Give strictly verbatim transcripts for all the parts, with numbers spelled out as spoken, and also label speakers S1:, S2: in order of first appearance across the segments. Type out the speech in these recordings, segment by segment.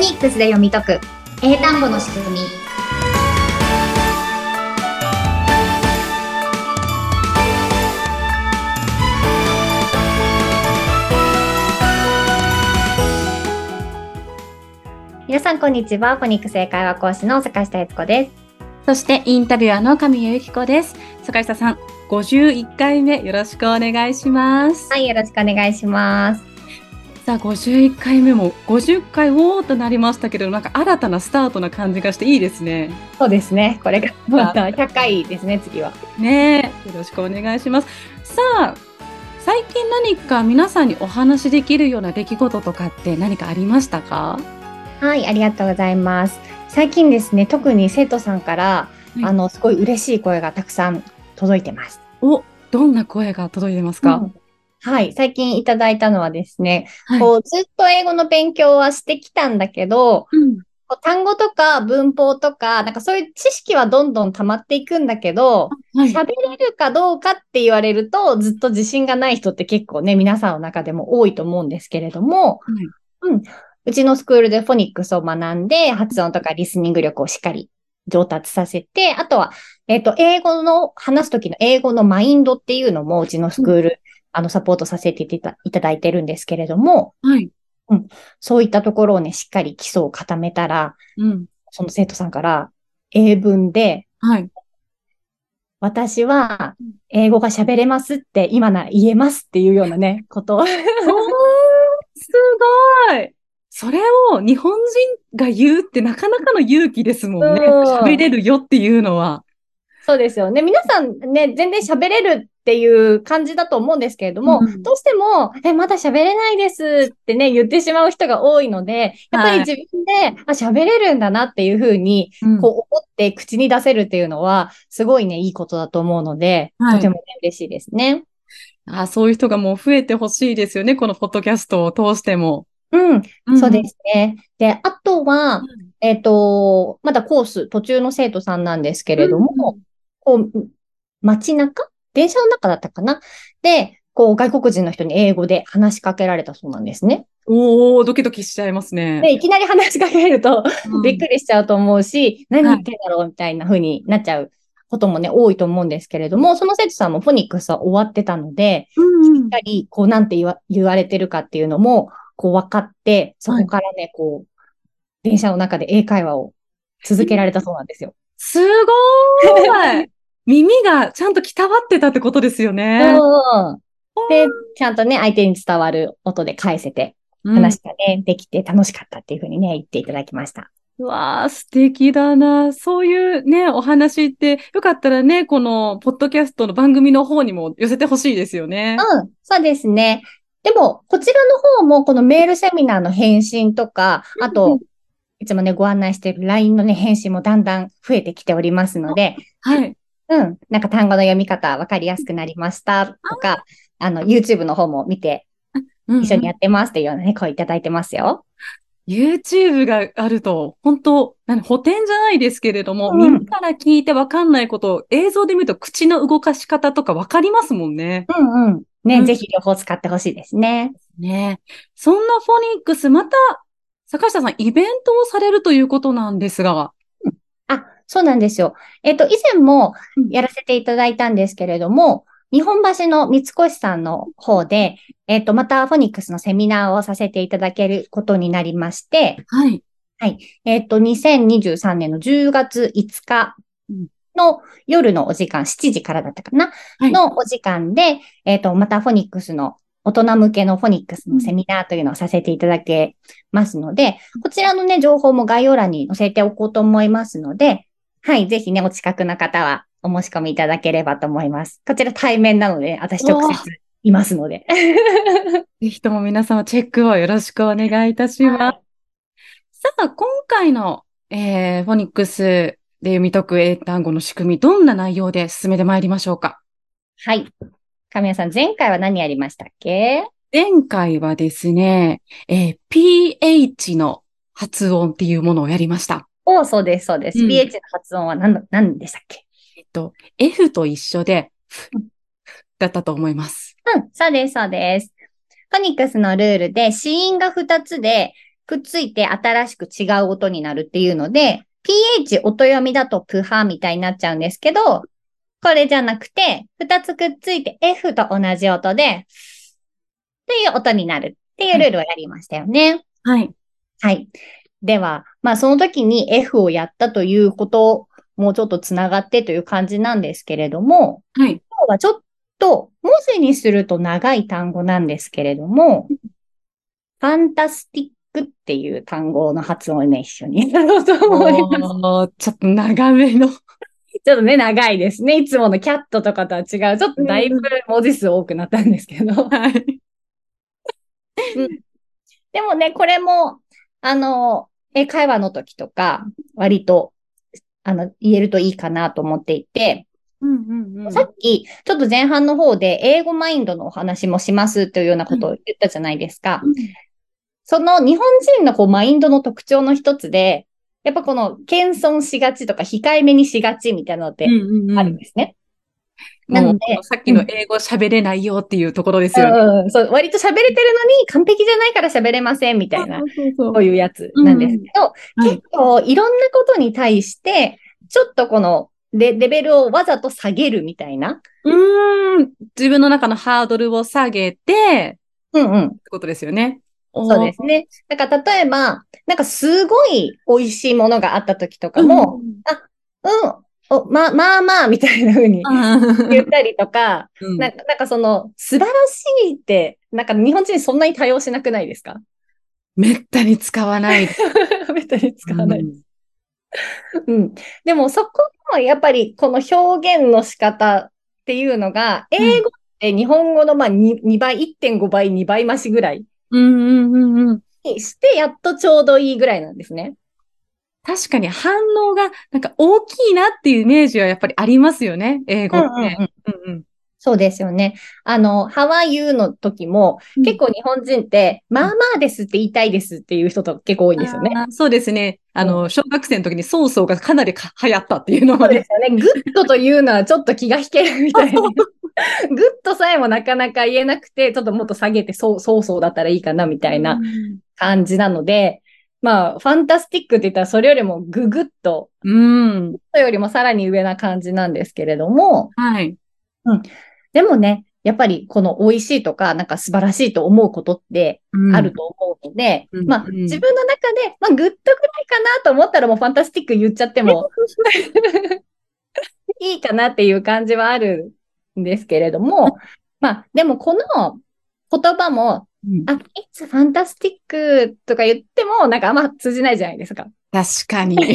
S1: ニックスで読み解く英単語の仕組み。皆さんこんにちは。フォニックス英会話講師の坂下悦子です。
S2: そしてインタビュアーの神谷由紀子です。坂下さん、ごじゅういっかいめよろしくお願いします。
S1: はい、よろしくお願いします。
S2: さあ、ごじゅういっかいめもごじゅっかいおーとなりましたけど、なんか新たなスタートな感じがしていいですね。
S1: そうですね。これがまたひゃっかいですね、次は。
S2: ねえ、よろしくお願いします。さあ、最近何か皆さんにお話しできるような出来事とかって何かありましたか？
S1: はい、ありがとうございます。最近ですね、特に生徒さんから、はい、あの、すごい嬉しい声がたくさん届いてます。
S2: お、どんな声が届いてますか？うん、
S1: はい、最近いただいたのはですね、はい、こうずっと英語の勉強はしてきたんだけど、うん、こう単語とか文法とか、なんかそういう知識はどんどん溜まっていくんだけど、喋、はい、れるかどうかって言われると、ずっと自信がない人って結構ね、皆さんの中でも多いと思うんですけれども、はい、うん、うちのスクールでフォニックスを学んで、発音とかリスニング力をしっかり上達させて、あとは、えっと、英語の、話すときの英語のマインドっていうのも、うちのスクール、うんあの、サポートさせていただいてるんですけれども、はい。うん。そういったところをね、しっかり基礎を固めたら、うん。その生徒さんから、英文で、はい。私は、英語が喋れますって、今なら言えますっていうようなね、ことを。おー、
S2: すごい。それを日本人が言うってなかなかの勇気ですもんね。喋れるよっていうのは。
S1: そうですよね。皆さんね、全然喋れるっていう感じだと思うんですけれども、うん、どうしても、え、まだ喋れないですってね、言ってしまう人が多いので、やっぱり自分で、はい、あ、喋れるんだなっていうふうに、こう、思って口に出せるっていうのは、すごいね、いいことだと思うので、はい、とても、ね、嬉しいですね。
S2: あ、そういう人がもう増えてほしいですよね、このポッドキャストを通しても。
S1: うん、うん、そうですね。で、あとは、うん、えっと、まだコース途中の生徒さんなんですけれども、うんこう、街中電車の中だったかなで、こう、外国人の人に英語で話しかけられたそうなんですね。
S2: おー、ドキドキしちゃいますね。
S1: で、いきなり話しかけられると、うん、びっくりしちゃうと思うし、何言ってんだろうみたいな風になっちゃうこともね、多いと思うんですけれども、その生徒さんもフォニックスは終わってたので、うん、しっかり、こう、なんて言わ言われてるかっていうのも、こう、分かって、そこからね、はい、こう、電車の中で英会話を続けられたそうなんですよ。
S2: すごーい耳がちゃんときたわってたってことですよね。
S1: うん。で、ちゃんとね、相手に伝わる音で返せて、話がね、うん、できて楽しかったっていうふうにね、言っていただきました。
S2: うわー、素敵だな。そういうね、お話って、よかったらね、この、ポッドキャストの番組の方にも寄せてほしいですよね。
S1: うん、そうですね。でも、こちらの方も、このメールセミナーの返信とか、あと、いつもね、ご案内している ライン のね、返信もだんだん増えてきておりますので、
S2: はい。
S1: うん。なんか単語の読み方わかりやすくなりましたとか、あの、YouTube の方も見て、一緒にやってますっていうようなね、声いただいてますよ。
S2: YouTube があると、本当なん補填じゃないですけれども、うん、耳から聞いてわかんないことを映像で見ると口の動かし方とかわかりますもんね。
S1: うんうん。ね、うん、ぜひ両方使ってほしいですね。
S2: ね。そんなフォニックス、また、坂下さん、イベントをされるということなんですが。
S1: うん、あ、そうなんですよ。えっと、以前もやらせていただいたんですけれども、日本橋の三越さんの方で、えっと、またフォニックスのセミナーをさせていただけることになりまして、
S2: はい。
S1: はい。えっと、にせんにじゅうさんねんのじゅうがついつかの夜のお時間、しちじからだったかな、はい、のお時間で、えっと、またフォニックスの大人向けのフォニックスのセミナーというのをさせていただけますので、うん、こちらのね、情報も概要欄に載せておこうと思いますので、はい、ぜひね、お近くの方はお申し込みいただければと思います。こちら対面なので、私直接いますので。
S2: ぜひとも皆様チェックをよろしくお願いいたします。はい、さあ、今回の、えー、フォニックスで読み解く英単語の仕組み、どんな内容で進めてまいりましょうか？
S1: はい。神谷さん、前回は何やりましたっけ？
S2: 前回はですね、えー、ピーエイチ の発音っていうものをやりました。
S1: お、そうです、そうです。うん、ピーエイチ の発音は何、何でしたっけ？
S2: えっと、F と一緒で、うん、だったと思います。
S1: うん、そうです、そうです。フォニックスのルールで、子音がふたつで、 くっついて新しく違う音になるっていうので、ピーエイチ 音読みだとプハみたいになっちゃうんですけど、これじゃなくて、二つくっついて F と同じ音で、っていう音になるっていうルールをやりましたよね。
S2: はい。
S1: はい。では、まあその時に F をやったということもちょっとつながってという感じなんですけれども、
S2: はい。
S1: 今日はちょっと文字にすると長い単語なんですけれども、ファンタスティックっていう単語の発音をね、一緒にやろうと思います。
S2: おー、ちょっと長めの。
S1: ちょっとね、長いですね。いつものキャットとかとは違う。ちょっとだいぶ
S2: うん。
S1: 文字数多くなったんですけど。
S2: はい。
S1: うん。でもね、これも、あの、英会話の時とか、割と、あの、言えるといいかなと思っていて、
S2: うんうんうん。
S1: さっき、ちょっと前半の方で、英語マインドのお話もしますというような
S2: はい。
S1: ことを言ったじゃないですか。
S2: うん。
S1: その日本人のこうマインドの特徴の一つで、やっぱこの謙遜しがちとか控えめにしがちみたいなのっ
S2: うん
S1: てあ
S2: うんうん。
S1: るんですね。な
S2: もう、
S1: ので、
S2: さっき
S1: うん。
S2: の英語喋れないよっていうところですよね。
S1: うん、そう、割と喋れてるのに完璧じゃないから喋れませんみたいな、
S2: そうそうそう。
S1: そういうやつなん
S2: うんうん。
S1: ですけど、結
S2: はい。
S1: 構いろんなことに対して、ちょっとこのレ、レベルをわざと下げるみたいな。
S2: うーん。自分の中のハードルを下げて、
S1: うんうん。
S2: ってことですよね。
S1: そう
S2: おー。
S1: ですね。だから例えば、なんかすごい美味しいものがあった時とか
S2: うんう
S1: も、
S2: ん
S1: あ、うん、お、ま、まあまあ、みたいな風に言っ
S2: うん。
S1: たりとか、
S2: うん。
S1: なんか、なんかその、素晴らしいって、なんか日本人そんなに多用しなくないですか？
S2: めったに使わないです。
S1: めったに使わない。
S2: うん。
S1: うん。でもそこのやっぱりこの表現の仕方っていうのが、英
S2: はい。
S1: 語って日本語のまあ に, にばい、いってんごばい、にばい増しぐらい
S2: うんうんうんうん。
S1: にしてやっとちょうどいいぐらいなんですね。
S2: 確かに反応がなんか大きいなっていうイメージはやっぱりありますよね、英
S1: うん
S2: 語って。
S1: うんうん。
S2: うんうん。
S1: そうですよね。あの、How are you の時も
S2: うん。
S1: 結構日本人って、まあまあですって言いたいですっていう人と結構多いんですよね。
S2: ああ、そうですね。あ
S1: うん。
S2: の、小学生の時にソースがかなりか流行ったっていうのはね。
S1: そうですよね。グッドというのはちょっと気が引けるみたいな。グッドさえもなかなか言えなくて、ちょっともっと下げて、そう、そうそうだったらいいかなみ
S2: う
S1: たいな
S2: ん。
S1: 感じなので、まあ、ファンタスティックって言ったらそれよりもググッと、
S2: うん。
S1: よりもさらに上な感じなんですけれども、
S2: はい。
S1: うん。でもね、やっぱりこの美味しいとか、なんか素晴らしいと思うことって
S2: うん。
S1: あると思うので、
S2: うん。
S1: まあ、
S2: うん。
S1: 自分の中で、まあ、グッドぐらいかなと思ったらもうファンタスティック言っちゃってもいいかなっていう感じはあるんですけれども、まあ、でもこの言葉も、
S2: うん。
S1: あ、It's fantastic とか言っても、なんかあんま通じないじゃないですか。
S2: 確かに。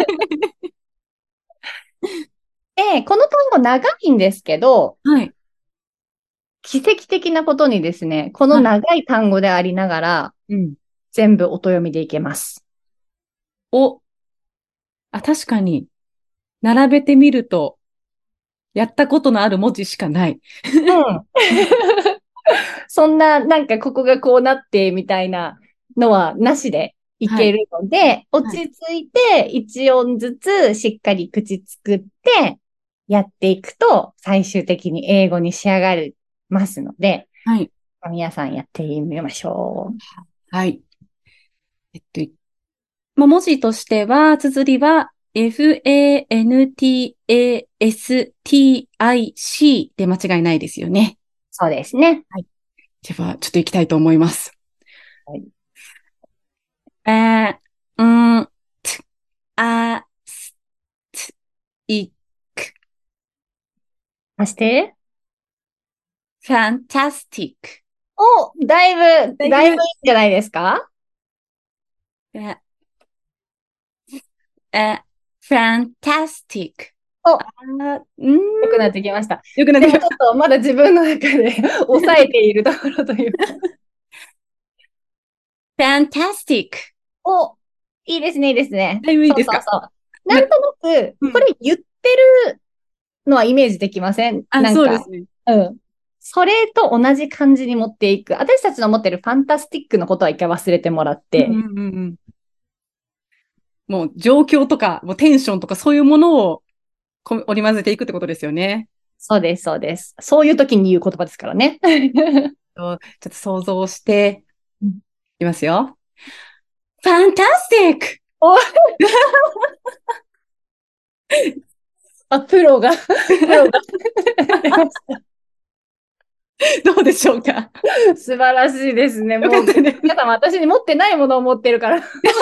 S1: で、この単語長いんですけど、
S2: はい。
S1: 奇跡的なことにですね、この
S2: はい。
S1: 長い単語でありながら、
S2: うん。
S1: 全部音読みでいけます。
S2: お、あ、確かに。並べてみると、やったことのある文字しかない。
S1: うん。そんな、なんかここがこうなってみたいなのはなしでい
S2: はい。
S1: けるので、落
S2: はい。
S1: ち着いて一音ずつしっかり口作ってやっていくと最終的に英語に仕上がりますので、
S2: はい。
S1: 皆さんやってみましょう。
S2: はい。えっと、まあ、文字としては、綴りは フ エー エヌ ティー エー エス ティー アイ シー で間違いないですよね。
S1: そうですね。
S2: はい。では、ちょっと行きたいと思います。
S1: はい。
S2: えー、うん、あ、す、つ、い、く、
S1: そして、
S2: fantastic。
S1: お、だいぶ、
S2: だいぶ、
S1: だいぶいいんじゃないですか？
S2: え、え、fantastic。
S1: お、
S2: あー、うん、
S1: 良くなってきました。
S2: よくなってきました。
S1: でもちょっとまだ自分の中で抑えているところというか。
S2: fantastic。
S1: お、いいですね、いいですね。
S2: だいぶいい
S1: そう
S2: ですか？
S1: そうそう。な
S2: な、
S1: んとなく、
S2: うん。
S1: これ言ってるのはイメージできません？
S2: あ、
S1: なんか、
S2: そうですね。
S1: うん。それと同じ感じに持っていく。私たちの持ってるファンタスティックのことは一回忘れてもらって。
S2: うんうんうんうん。もう状況とか、もうテンションとかそういうものをこ織り交ぜていくってことですよね。
S1: そうです、そうです。そういう時に言う言葉ですからね。
S2: ちょっと想像していますよ。 fantastic!
S1: おあ、プロが、プロが出まし
S2: どうでしょうか？
S1: た。素晴らしいですね。もう、
S2: よかったね。
S1: 皆さん私に持ってないものを持ってるから。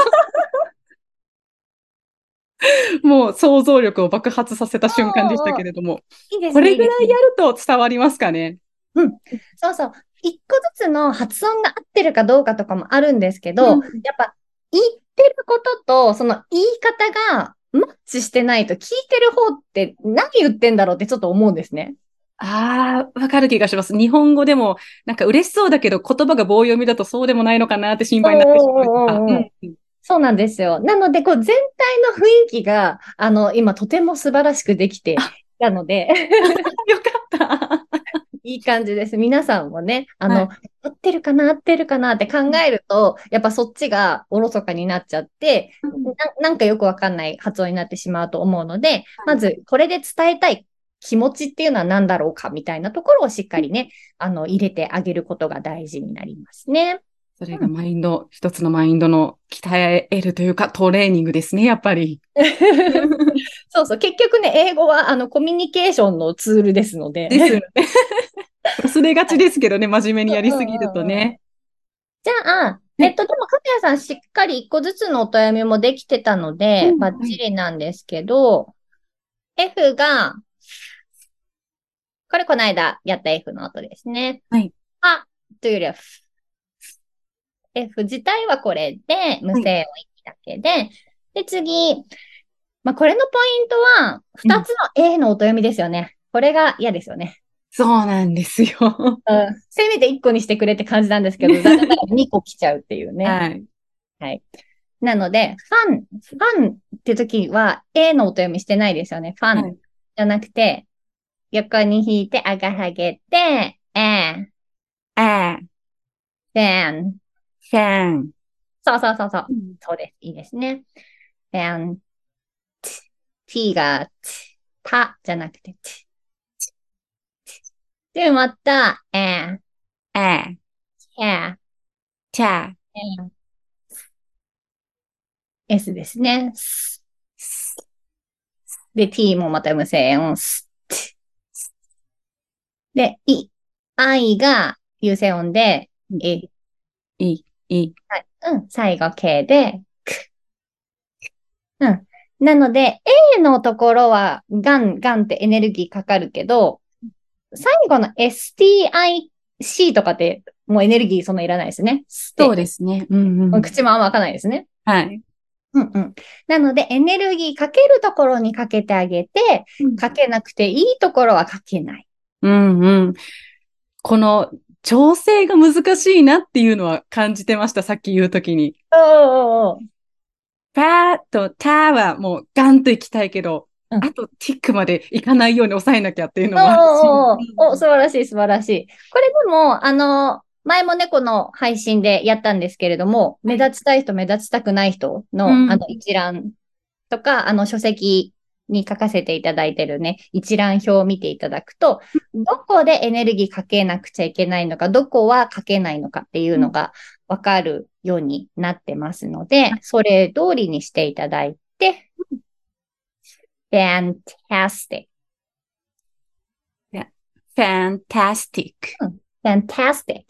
S2: もう想像力を爆発させた瞬間でした
S1: おーおー
S2: けれども、
S1: いいですね、い
S2: これぐら
S1: いですね。
S2: いやると伝わりますかね？
S1: うん。そうそう。一個ずつの発音が合ってるかどうかとかもあるんですけど、
S2: うん。
S1: やっぱ言ってることとその言い方がマッチしてないと聞いてる方って何言ってんだろうってちょっと思うんですね。
S2: ああ、わかる気がします。日本語でも、なんか嬉しそうだけど、言葉が棒読みだとそうでもないのかなって心配になってしまうとか。う
S1: おーおーおーおー
S2: ん。
S1: そうなんですよ。なので、こう全体の雰囲気が、あの、今とても素晴らしくできて
S2: あ、
S1: いたので、
S2: よかった。
S1: いい感じです。皆さんもね、あの、
S2: はい。
S1: 合ってるかな、合ってるかなって考えると、やっぱそっちがおろそかになっちゃって、
S2: うん
S1: な、なんかよくわかんない発音になってしまうと思うので、
S2: はい。
S1: まずこれで伝えたい気持ちっていうのは何だろうかみたいなところをしっかりね、あの、入れてあげることが大事になりますね。
S2: それが
S1: うん。
S2: マインド、一つのマインドの鍛えるというか、トレーニングですね、やっぱり。
S1: そうそう。結局ね、英語はあのコミュニケーションのツールですので。
S2: ですよね。忘れがち
S1: はい。
S2: ですけどね、真面目にやり
S1: うんう
S2: すぎると
S1: んうんうん。
S2: ね。
S1: じゃあ、
S2: はい。
S1: えっと、でも、かやさん、しっかり一個ずつのお問い合わせもできてたので、
S2: うん。
S1: バッチ
S2: はい。
S1: リなんですけど、F が、これこの間やった F の音ですね。
S2: はい。
S1: あというよりは、F 自体はこれで、無
S2: はい。
S1: 声音域だけで、で、次、まあ、これのポイントは、
S2: うん。
S1: 二つの A の音読みですよね。これが嫌ですよね。
S2: そうなんですよ。
S1: うん。せめて一個にしてくれって感じなんですけど、残念ながら二個来ちゃうっていうね。
S2: はい。
S1: はい。なので、ファン、ファンって時は A の音読みしてないですよね。ファン
S2: はい。
S1: じゃなくて、横に引いて、上が上げて、え
S2: あー、
S1: ー、フン。
S2: ファン。
S1: そうそうそうそう。
S2: うん。
S1: そうです。いいですね。フン、t が、たじゃなくて、t。で、また、え
S2: あー、
S1: ー、え
S2: チャー、
S1: ー、s ですね。で、t もまた無声音。で、い、i が有声音で、え、
S2: いい、いい。
S1: はい、うん、最後 k で、うん。なので、A のところは、ガン、ガンってエネルギーかかるけど、最後の エスティーアイシー とかって、もうエネルギーそんないらないですね。
S2: そう
S1: で、
S2: ですね。うんうん。
S1: 口もあんま開かないですね。
S2: はい。
S1: うんうん。なので、エネルギーかけるところにかけてあげて、
S2: うん。
S1: かけなくていいところはかけない。
S2: うんうん。この調整が難しいなっていうのは感じてました。さっき言うときに。
S1: おーおーおー。
S2: パーとターはもうガンと行きたいけど、
S1: うん。
S2: あとティックまで行かないように抑えなきゃっていうのもあるし。
S1: おーおーおーお、
S2: うん。
S1: 素晴らしい、素晴らしい。これでも、あの、前もね、この配信でやったんですけれども、目
S2: はい。
S1: 立ちたい人、目立ちたくない人の、あ
S2: うん。
S1: の、一覧とか、あの、書籍に書かせていただいてるね、一覧表を見ていただくと、どこでエネルギーかけなくちゃいけないのか、どこはかけないのかっていう
S2: うん。
S1: のがわかるようになってますので、それ通りにしていただいて、fantastic。
S2: いや、fantastic。
S1: うん、fantastic。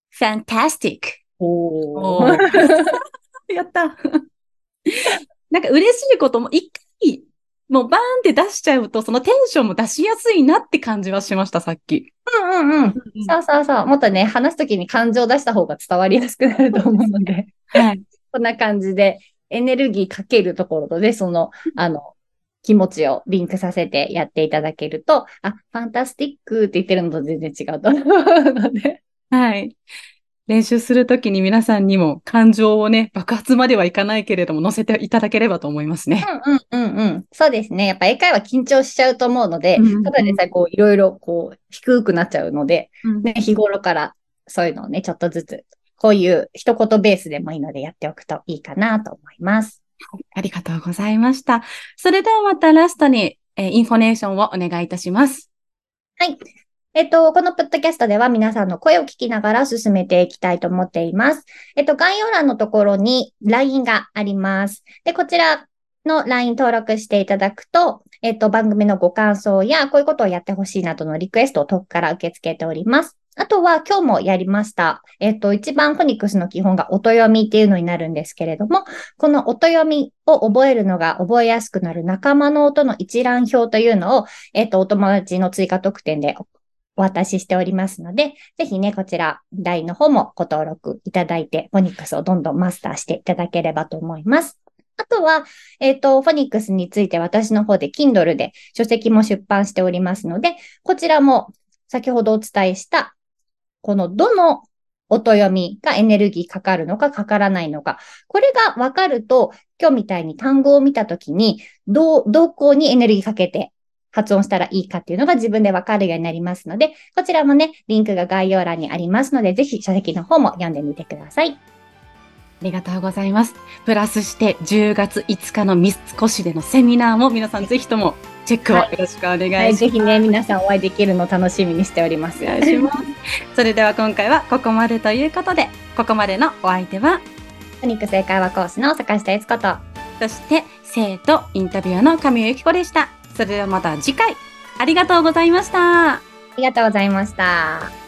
S2: fantastic。
S1: おー。
S2: おー。やった。なんか嬉しいことも一回、もうバーンって出しちゃうと、そのテンションも出しやすいなって感じはしました、さっき。
S1: うんうんうん。
S2: うんうん。
S1: そうそうそう。もっとね、話すときに感情を出した方が伝わりやすくなると
S2: そうですね。
S1: 思うので、
S2: はい。
S1: こんな感じで、エネルギーかけるところとで、その、あの、気持ちをリンクさせてやっていただけると、あ、ファンタスティックって言ってるのと全然違うと思うので。
S2: はい。練習するときに皆さんにも感情をね、爆発まではいかないけれども乗せていただければと思いますね。
S1: うんうんうんうん。そうですね。やっぱ英会話緊張しちゃうと思うので、
S2: うんうんうん。
S1: ただでさえこういろいろこう低くなっちゃうので、
S2: うん
S1: ね、日頃からそういうのをね、ちょっとずつ、こういう一言ベースでもいいのでやっておくといいかなと思います。
S2: ありがとうございました。それではまたラストに、えーインフォメーションをお願いいたします。
S1: はい。 えっと、このポッドキャストでは皆さんの声を聞きながら進めていきたいと思っています。えっと、概要欄のところに ライン があります。で、こちらの ライン 登録していただくと、えっと、番組のご感想や、こういうことをやってほしいなどのリクエストを遠くから受け付けております。あとは、今日もやりました。えっと、一番フォニックスの基本が音読みっていうのになるんですけれども、この音読みを覚えるのが覚えやすくなる仲間の音の一覧表というのを、えっと、お友達の追加特典でお渡ししておりますので、ぜひね、こちら、ライン の方もご登録いただいて、フォニックスをどんどんマスターしていただければと思います。あとは、えっと、フォニックスについて私の方で Kindle で書籍も出版しておりますので、こちらも先ほどお伝えした、このどの音読みがエネルギーかかるのかかからないのか、これが分かると、今日みたいに単語を見たときに、どう、どこにエネルギーかけて発音したらいいかっていうのが自分でわかるようになりますので、こちらもね、リンクが概要欄にありますので、ぜひ書籍の方も読んでみてください。
S2: ありがとうございます。プラスしてじゅうがついつかの三越でのセミナーも皆さんぜひともチェックをよろしくお願いします。はいはい、
S1: ぜひね、皆さんお会いできるのを楽しみにしております。
S2: お願いします。それでは今回はここまでということで、ここまでのお相手は、
S1: フォニックス英会話講師の坂下悦子と、
S2: そして生徒インタビュアーの上尾由紀子でした。それではまた次回、ありがとうございました。
S1: ありがとうございました。